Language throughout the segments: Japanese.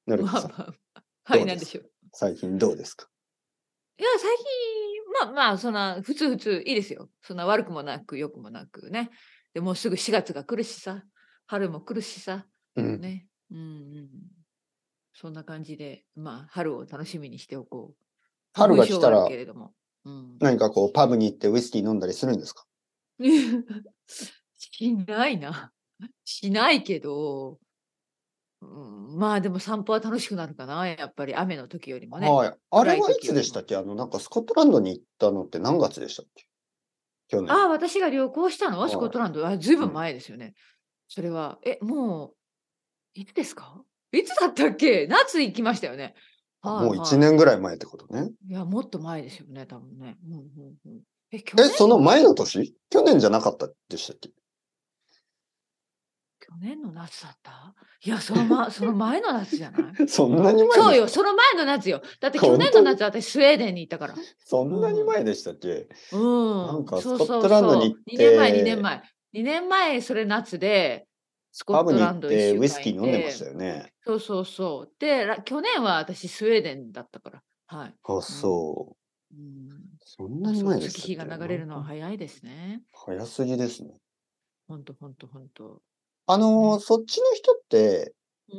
のりこさん。 まあまあ。はい、 どうですなんでしょう。 最近どうですか？ いや、最近、まあ、そんな、普通いいですよ。そんな悪くもなく、良くもなくね。で、もうすぐ4月が来るしさ、春も来るしさ、 うん。 ね。うんうん。そんな感じで、まあ、春を楽しみにしておこう。花春粉症はあるが来たら、 けれども。うん。 何かこう、パブに行ってウイスキー飲んだりするんですか？ しないな。しないけど、うん、まあ、でも散歩は楽しくなるかな、やっぱり雨の時よりもね。 はい。あれ暗いはい時よりも。 つでしたっけ？なんかスコットランドに行ったのって何月でしたっけ？去年。 ああ、私が旅行したのはスコッはトランド。あ、ずいい。 ぶんうん。 前ですよね。それは。もう、いつですか？いつだったっけ？夏行きましたよね。 あ、もう1 はいは年ぐらい前ってことね。 い。いや、もっと前ですよね、多分ね。うんうんうん。去え、 年はその前の年？去年じゃなかったでしたっけ？ 去年の夏だった？いや、その前の夏じゃない？ そんなに前そうよ、 ですか？ その前の夏よ。だって去本当に？ 年の夏、私スウェーデンに行ったから。 そんなにうん。 前でしたっけ？なんうん、 かスコッそうそうトランドに行っそう。2年て、 前。2年前それ夏で、スコッパブに行っトランド1 てウイス週間キー飲んでましいて、 たよね。 そうそうそう。で、去年は私スウェーデンだったから。はい。 あ、 うん。 そう。 うん。 そんなま、そう、 に前でし月日がたっけ？ 流れるのは早いですね。 早すぎですね。 ほんとほんとほんと。ね。 そっちの人って、 うん。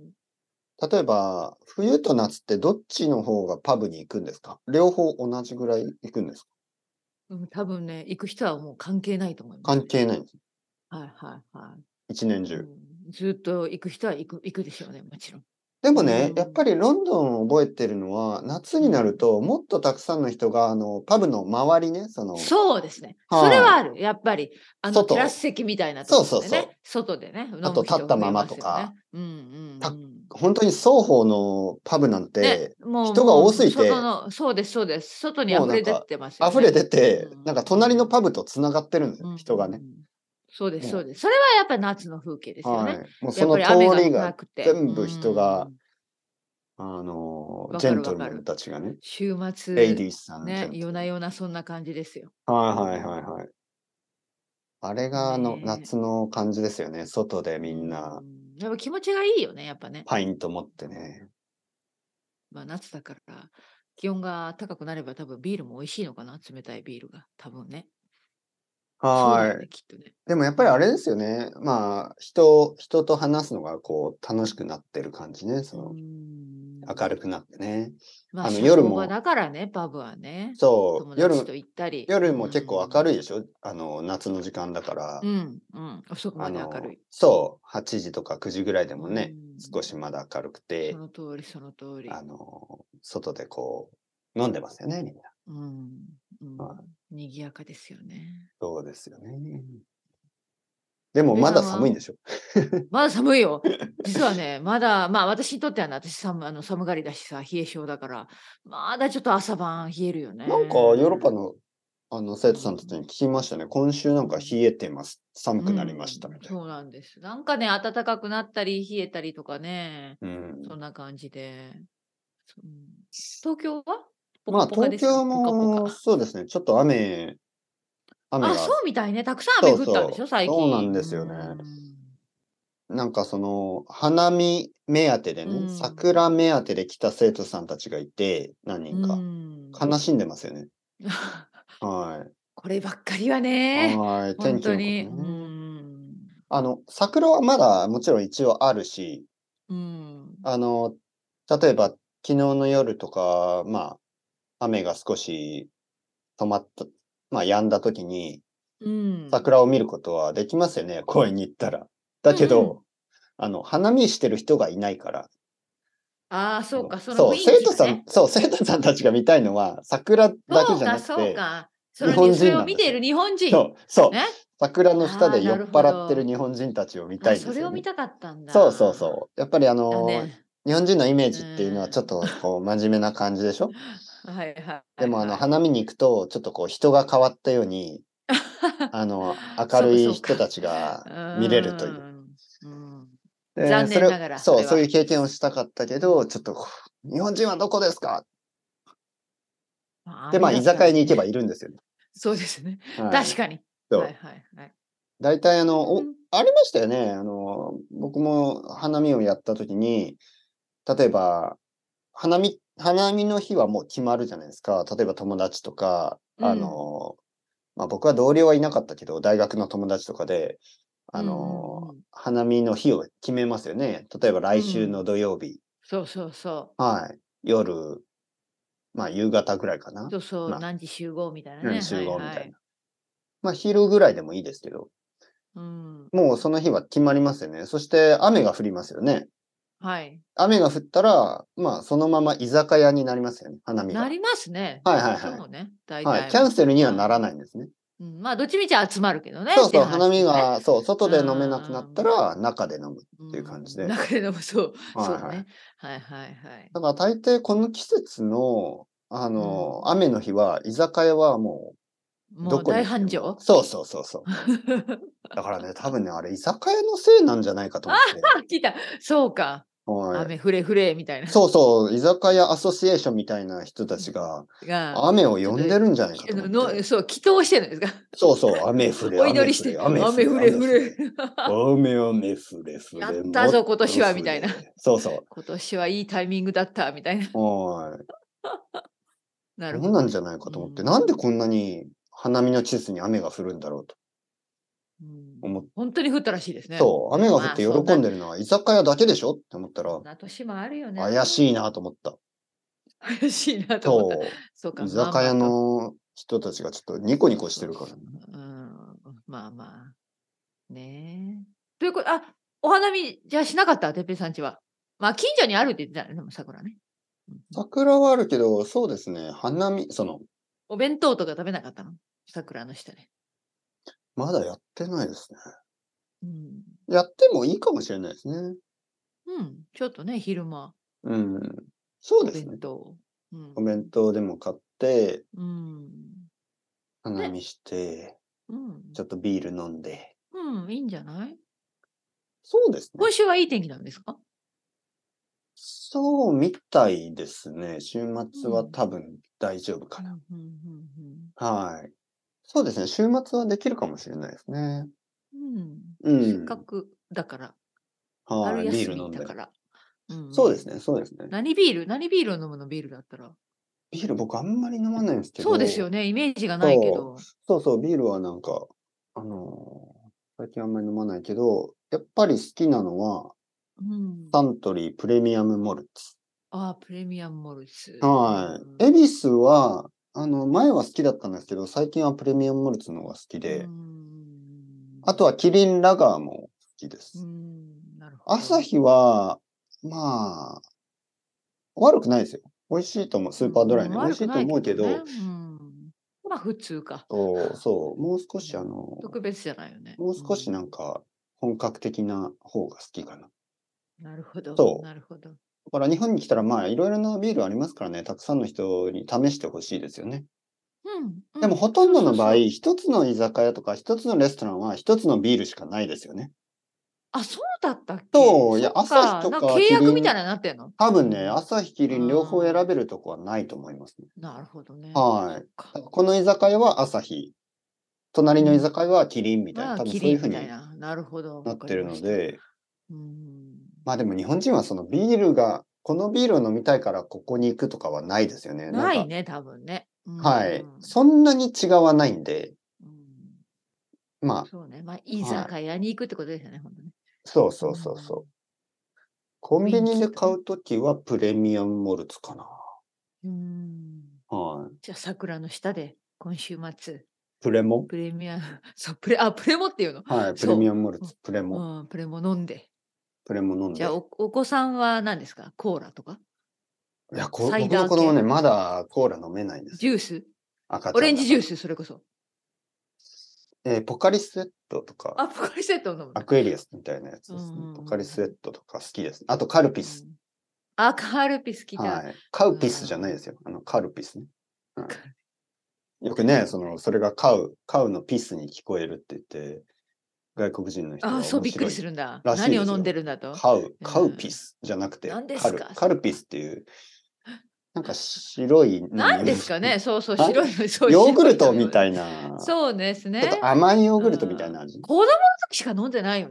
例えば、冬と夏ってどっちの方がパブに行くんですか？両方同じぐらい行くんですか？ うん、多分ね、行く人はもう関係ないと思います関ね。 係ないんです。 はいはいはい。 一年中。 うん。ずっと行く人は行くでしょうね、もちろん。うでもね、やっん。 ぱりロンドンを覚えてるのは、夏になるうん。 ともっとたくさんの人が、パブの周りね、 そうですね。それははい、 ある、やっぱり。テラス外、 席みたいなとそうころでね、 そうそう。 外でね、 あ飲むと立ったま人増えまとか、 ますよね。うんうんうたん。 ほんとに双方のパブなんね、 て、 もう人が多すもう、 ぎて、 外のそうですそうです。外にもうなんか溢れ出てますよ溢れね。 出て、 うんうんなんかうん。 隣のパブと繋がってるんですよ、 うんうんう人がね。 ん。そうですそうもです。それはやっぱり夏の風景ですよね。 はい。もうやっぱその通り雨がりがなくて。うー全部人が、 ん。わジェントルマンかるわかる。 たちがね、 週レイデ末、 ィースさん、ジェね、 ントルマン。 夜な夜なそんな感じですよ。 はいはいうん。 はいはい。あれがね夏の感じですよね。外でえ。うみんなん。やっぱ気持ちがいいよね、やっぱね。 パイント持ってね。 まあ、夏だから、気温が高くなれば多分ビールも美味しいのかな、冷たいビールが。多分ね。そうだよね、 はい。 きっとね。 でもやっうん。 ぱりあれですよね。まあ、人と話すのがこう楽しくなってる感じね。 うーん。 明るくなってね。 まあ、社交場夜も、 だからね、パブはね。 そう、 友達と行ったり。う夜も結構明ん。 るいでしょ？夏の時間だから。 うん、うん。遅くまで明るい。 そう、8時とか9時ぐらいでうもね、少ん。 しまだ明るくそて、 の通り、その通り。 外でこう、飲んでますよね、みんな。 うん。うん。 はい、 賑やかですよね。 そうですよね。でも安倍まださんは寒いんでしょ？ まだ寒いよ。実はね、まだ、まあ私にとってはね、私寒がりだしさ、冷え性だから、まだちょっと朝晩冷えるよなんかヨーロッパね。 の、生徒さんたちうん。 に聞きましたね。今週なんかうん。 冷えてます。寒うくなりましたん、 みたいそうなんです。なんかね、暖かくなったり冷えたりとかね、 な。うん。 そんな感じで。うん。東京はポカまあ、 ポカですか？ 東京ポカポもカ。 そうですね、ちょっと雨あ、 がそうみたいね。たくさん雨そう降ったんでしょ、 そう、 最近。 そうなんうーですよね。 ん。 なんか花見目当てでうね、 ん。 桜目当てで来た生徒さんたちがいて、何う人か。 ん。 悲しんでますよね。はい。 こればっかりはね、 はい、 ほん天気のこととに。うーね。 ん。 桜はまだもちろん一応あるし、 うーん。 あの、例えば昨日の夜とか、まあ、雨が少し止まった、まあ、止んだ時に、 うん。 桜を見ることはできますよね、公園に行ったら。だうんうん。 けど、花見してる人がいないから、 ああ、そうか、その雰そう、 囲気がね。 生徒さんたちが見たいのは、桜だけじゃそうかなくて、 そうか。それ日本人なんですよ。 を見ている日本人。 そう、そう。 ね。 桜の下ああ、 で酔っなるほ払ってるど。 日本人たちを見たあ、 いんですよね。 それを見たかったんそうそうだ。 そう。やっぱりだね。 日本人のイメーうジっていうのはちょっん。 とこう真面目な感じでしょ？ はいはいでもはい。 花見に行くと、ちょっとこう人が変わったように、明そうるかそうか。 い人たちがう見れるという。 ーん。うん。 で、 残念ながら、そそう、そういうれは。 経験をしたかったけど、ちょっと日本人はどこですか？ まあ、 で、まあ、居雨だったらね。 酒屋に行けばいるんですよね。 そうですね。 はい。 確かに。はいそう。 はいはい。 大体うん。 ありましたよね。僕も花見をやった時に、 例えば、花見の日はもう決まるじゃないですか。例えば友達とか、僕は同僚はいなかったけど、大学の友達とかで、花見の日を決めますよね。例えば来週の土曜日。 そうそうそう。 はい。夜、夕方ぐらいかな。 そうそう、 まあ、 何時集合みたいなね。 集はいはい。 合みたいな。昼ぐらいでもいいですけど、 うん。 もうその日は決まりますよね。そして雨が降りますよね。 はい。 雨が降ったら、そのまま居酒屋になりますよね、花見が。 なりますね。 はいはいはい。 そうね、大はい、 体キャンセルにはならまあ、 ないんですね。 どっちみち集まるけどねっていうそうそう、花話ですね。 見が、そう、外うんで飲めなくなったうんら、中で飲むっていう感じで。 中で飲む、そう、そうはいはい。 ね。はいはいはい。 だから大抵この季節の、 うん。 雨の日は、居酒屋はもう、どこにもう大行っても繁盛。 そうそうそうそう。だからね、多分ね、あれ居酒屋のせいなんじゃないかと思って。 来た。そうか。 はい。 雨降れ降れみたいな。 そうそう、居酒屋アソシエーションみたいな人たちが、 が、 雨をちょっと、 呼んでるんじゃないかと思って。 そう、祈祷してるんですか？ そうそう、雨降れ、 お祈りして、 雨降れ、雨降れ、 雨降れ降れ。 雨降れ。雨降れ降れ、 やったもっぞ、今年とはみたいな。 降れ。そうそ今年はいいタイミングだったみたいな。 う。はい。 なるほどね。 そうなんじゃないかと思って、なんでこんなに花見の季節に雨が降るんだろうと思って。 ほんとに降ったらしいですね。 そう、雨が降って喜んでるのは居酒屋だけでしょって思ったら、 そんな年もあるよな。 怪しいなと思った。 怪しいなと思った。 そそうか、 う、居まあ酒屋まあと。 の人たちがちょっとニコニコしそうてるからね。 まあまあ。ねえ。ということお花見、じゃあしなかった？てっぺいさんちは。近所にあるって言ってたよね、でも桜ね。 桜はあるけど、そうですね、花見、 お弁当とか食べなかったの？桜の下で。 まだやってないですね。 うん。 やってもいいかもしれないですね。 ちょっとね、昼間、 うん。そうおですね。 弁当。 お弁当でも買って、 うん。ね。 花見して、 うん。 ちょっとビール飲んで。 いいんじゃない？ そうですね。 今週はいい天気なんですか？ そうみたいですね。週末はうん。 多分大丈夫かな。 うんうんうんはい。そうですね、週末はできるかもしれないですね。うせっかん。 くだから、春はい、ビー休ル飲んで。 みだから。 そうですねそうですね。 何ビールを飲むの？ビールだったら。 ビール僕あんまり飲まないんですけそうですよど、 ね、イメージがないけそう、 ど。 そうそう、ビールはなんか、あの、最近あんまり飲まないけど、やっぱり好きなのは、 うん。 サントリープレミアムモルツ。 プレミアムモルツ。 はい。恵比寿は、前は好きだったんですけど、最近はプレミアムモルツの方が好きで、あとはキリンラガーも好きです。 なるほど。 アサヒは、まあ、悪くないですよ。美味しいと思う。スーパードライね。美味しいと悪くない思うけど、 けどね。普通か。 そう、もう少し特別じゃないよね。 もう少しなんか、本格的な方が好きかな。 なるほど、 そう。 なるほど。 だから日本に来たら、いろいろなビールありますからね、たくさんの人に試してほしいですよね。でもほとんそうどの場合、 そうそう。 一つの居酒屋とか一つのレストランは一つのビールしかないですよね。 そうだったっけ？ そう、いや、 そっアサヒか。 とか契キリン、 約みたいなのになってんの？ 多分ね、アサヒ、キリン両方選あべるとこはないと思いますね。 なるほどね。そはい。 っか。 この居酒屋はアサヒ、隣の居酒屋はキリンみたいな、多分キリンそういう風にみたいな。なるほど、わかなってるりました。 ので、 うん。 でも日本人はそのビールが、このビールを飲みたいからここに行くとかはないですよね。なんか、 ないね、多分ね。 はい。そんなに違わないんで、 うんまそうね。居はい。 酒屋に行くってことですよね、ほんとね。 そうそうそうそう。 うん。 コンビ雰囲ニで買気とね。 うときはプレミアムモルツかな。 うん。 はい。 じゃ、桜の下で、今週末、 プレモプレミアそう、プレモっていうの？ はい、プレミそアムモルう。 ツ、プレモ。 プレモ飲んで。 プレモ飲んじゃあ、 で。 お子さんは何ですか？コーラとか？ いや、 サイ僕のダー系？ 子供ね、まだコーラ飲めないんですよ。 ジュース？ 赤オちゃんだから。 レンジジュース、それこそ。 ポカリスエットとか、 ポカリスエットを飲むんだ。 アクエリアスみたいなやつですね。ポカリスエットとか好きです。あとカルピス。 カルピス来た。 はい。カウピスなるほど。 じゃないですよ。カルピスね。うん。よくね、それがカウのピスに聞こえるって言って、外国人の人はそう、びっくり面白いするんだ。 らしい何を飲んでですよ。 るんだと。 カウピスじゃなくて、 何ですか？ カルピスっていう、なんか白い飲み何物。 ですかね？そうそう、 あ白いのそう、 ヨーグル白い飲み物。 トみたいな、 そうですちょっとね。 甘いヨーグルトみたいな味。 子供の時しか飲んでないよね。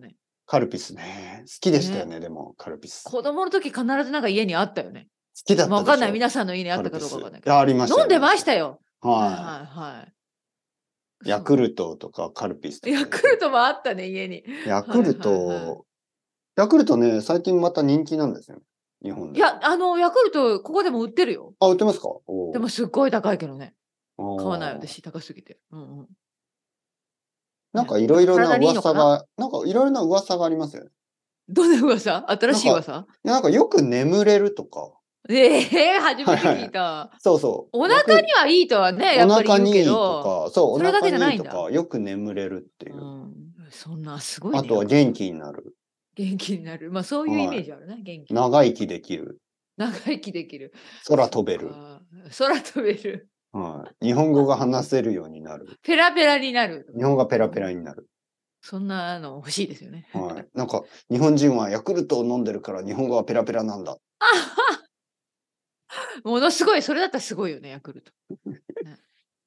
カルピスね。好きでしたよね、でも、カルピス。好子供の時必ずなんか家にあったよね。 きだったでしょ。 わかんない。皆さんの家にあったかどうかわかんないけど。 いや、ありました。 飲んでましたよ。はいははいはい。 い。ヤクルトとかカルピスとか。 ヤクルトもあったね、家に。 ヤクルト、ヤクルトね、最近また人気なんですよね。日本で。 いや、ヤクルト、ここでも売ってるよ。 あ、売ってますか？ でもすっごい高いけどね。買わないあー私、高すぎて。うんうん。 なんかいろいろな体にいいのかな？ 噂が、なんかいろいろな噂がありますよね。 どんな噂？新しい噂？ なんかよく眠れるとか。 初めて聞いた。 そうそう。 お腹にはいいとはね、やおっぱり言うけ腹にいいとど、 か、そう、おそれだ腹けじゃないんだ。 にいいとか、よく眠れるっていう。 そんなすごいね。 あとは元気になる。 元気になる。まあそういうイメージあるね、元気。 長生きできる。 長生きできる。 空飛べる。 空飛べる。 はい。日本語が話せるようになる。 ペラペラになる。 日本語がペラペラになる。 そんなの欲しいですよね。 はい。なんか、日本人はヤクルトを飲んでるから日本語はペラペラなんだ。 ものすごい、それだったらすごいよね、ヤクルト。ね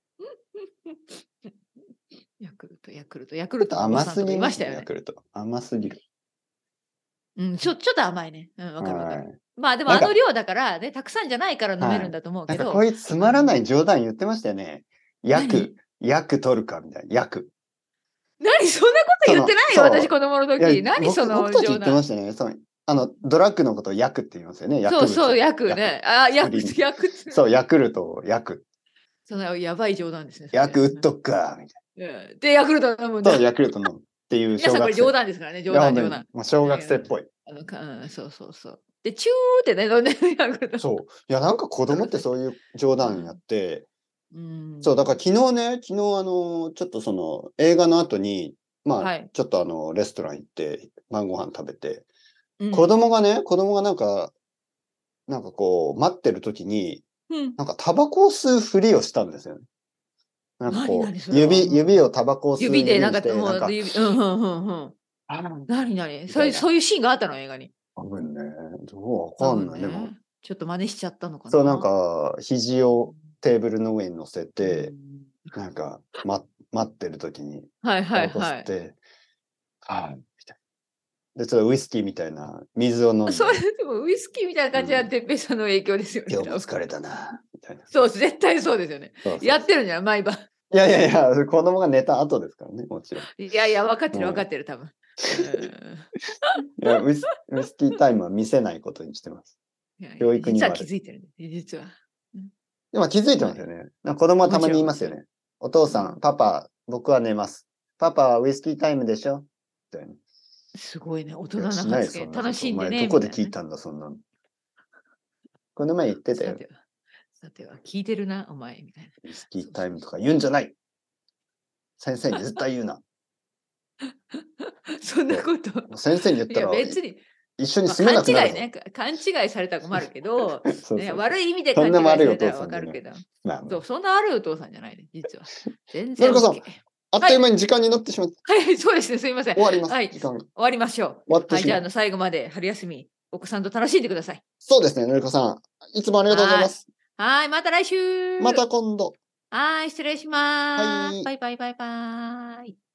ヤクルト甘すぎいましたよね。 ヤクルト。甘すぎる。 ちょっと甘いね。わかるわかる。まあでもなんか量だからね、たくさんじゃないから飲めるんだと思うけど。 なんかこいつつまらない冗談言ってましたよね。 何取るかみたいな。役。 何そんなこと言ってないよ、私子供の時。何その僕たち言冗談。 ってましたね。ドラッグのことを薬って言いますよね。 そう、薬ね。薬。 そう、ヤクルトを薬。 そのやばい冗談ですね。 薬売っとくか、みたいな。で、ヤクルト飲むんだ。 そう、ヤクルト飲むっていう皆さんこれ冗談ですからね、冗談。 もう小学生っぽい。 そう。で、チューってね、飲んでるヤクルト。 そう。いや、なんか子供ってそういう冗談やって、そう、だから昨日ちょっとその映画の後に、ちょっとレストラン行って晩ご飯食べて、子供がなんかこう待ってる時に、なんかタバコを吸うふりをしたんですよね。なんかこう指をタバコを吸う指でなんかしてもう何そういうシーンがあったの映画に。 多分ね、どうわかんない。でもちょっと真似しちゃったのかな。 そう、なんか肘をテーブルの上に乗せて、なんか待ってる時にタバコ吸って、はいみたいな。で、それウイスキーみたいな水を飲んで。 そうでもウイスキーみたいな感じはてっぺいさんの影響ですよね。 今日も疲れたなみたいな。 そう、絶対そうですよね。やってるんじゃん、毎晩。 いや、子供が寝た後ですからね、もちろん。 いや、分かってる、多分。 いやウイスキータイムは見せないことにしてます。教育に実は気づいてるんで、実は。 でも気づいてますよね。子供はたまに言いますよね。お父さん、パパ、僕は寝ます。パパはウイスキータイムでしょみたいな。 すごいね、大人な発言。楽しんでね。 どこで聞いたんだ、そんなの。この前言ってたよ。 さては、聞いてるな、お前、みたいな。 ウイスキータイムとか言うんじゃない。先生に絶対言うな。 そんなこと。 先生に言ったら、 別に。 一緒に住めなくなる。 勘違いされたら困るけど、悪い意味で勘違いされたらわかるけど。そんな悪いお父さんじゃないね、実は。全然。 あっという間に時間になってしまった。 はい、そうですね、すみません。 終わります。 はい、終わりましょう。はい、じゃあ最後まで春休み、お子さんと楽しんでください。 そうですね、のりこさん。いつもありがとうございます。 はい、また来週。 また今度。 はい、失礼します。バイバイ。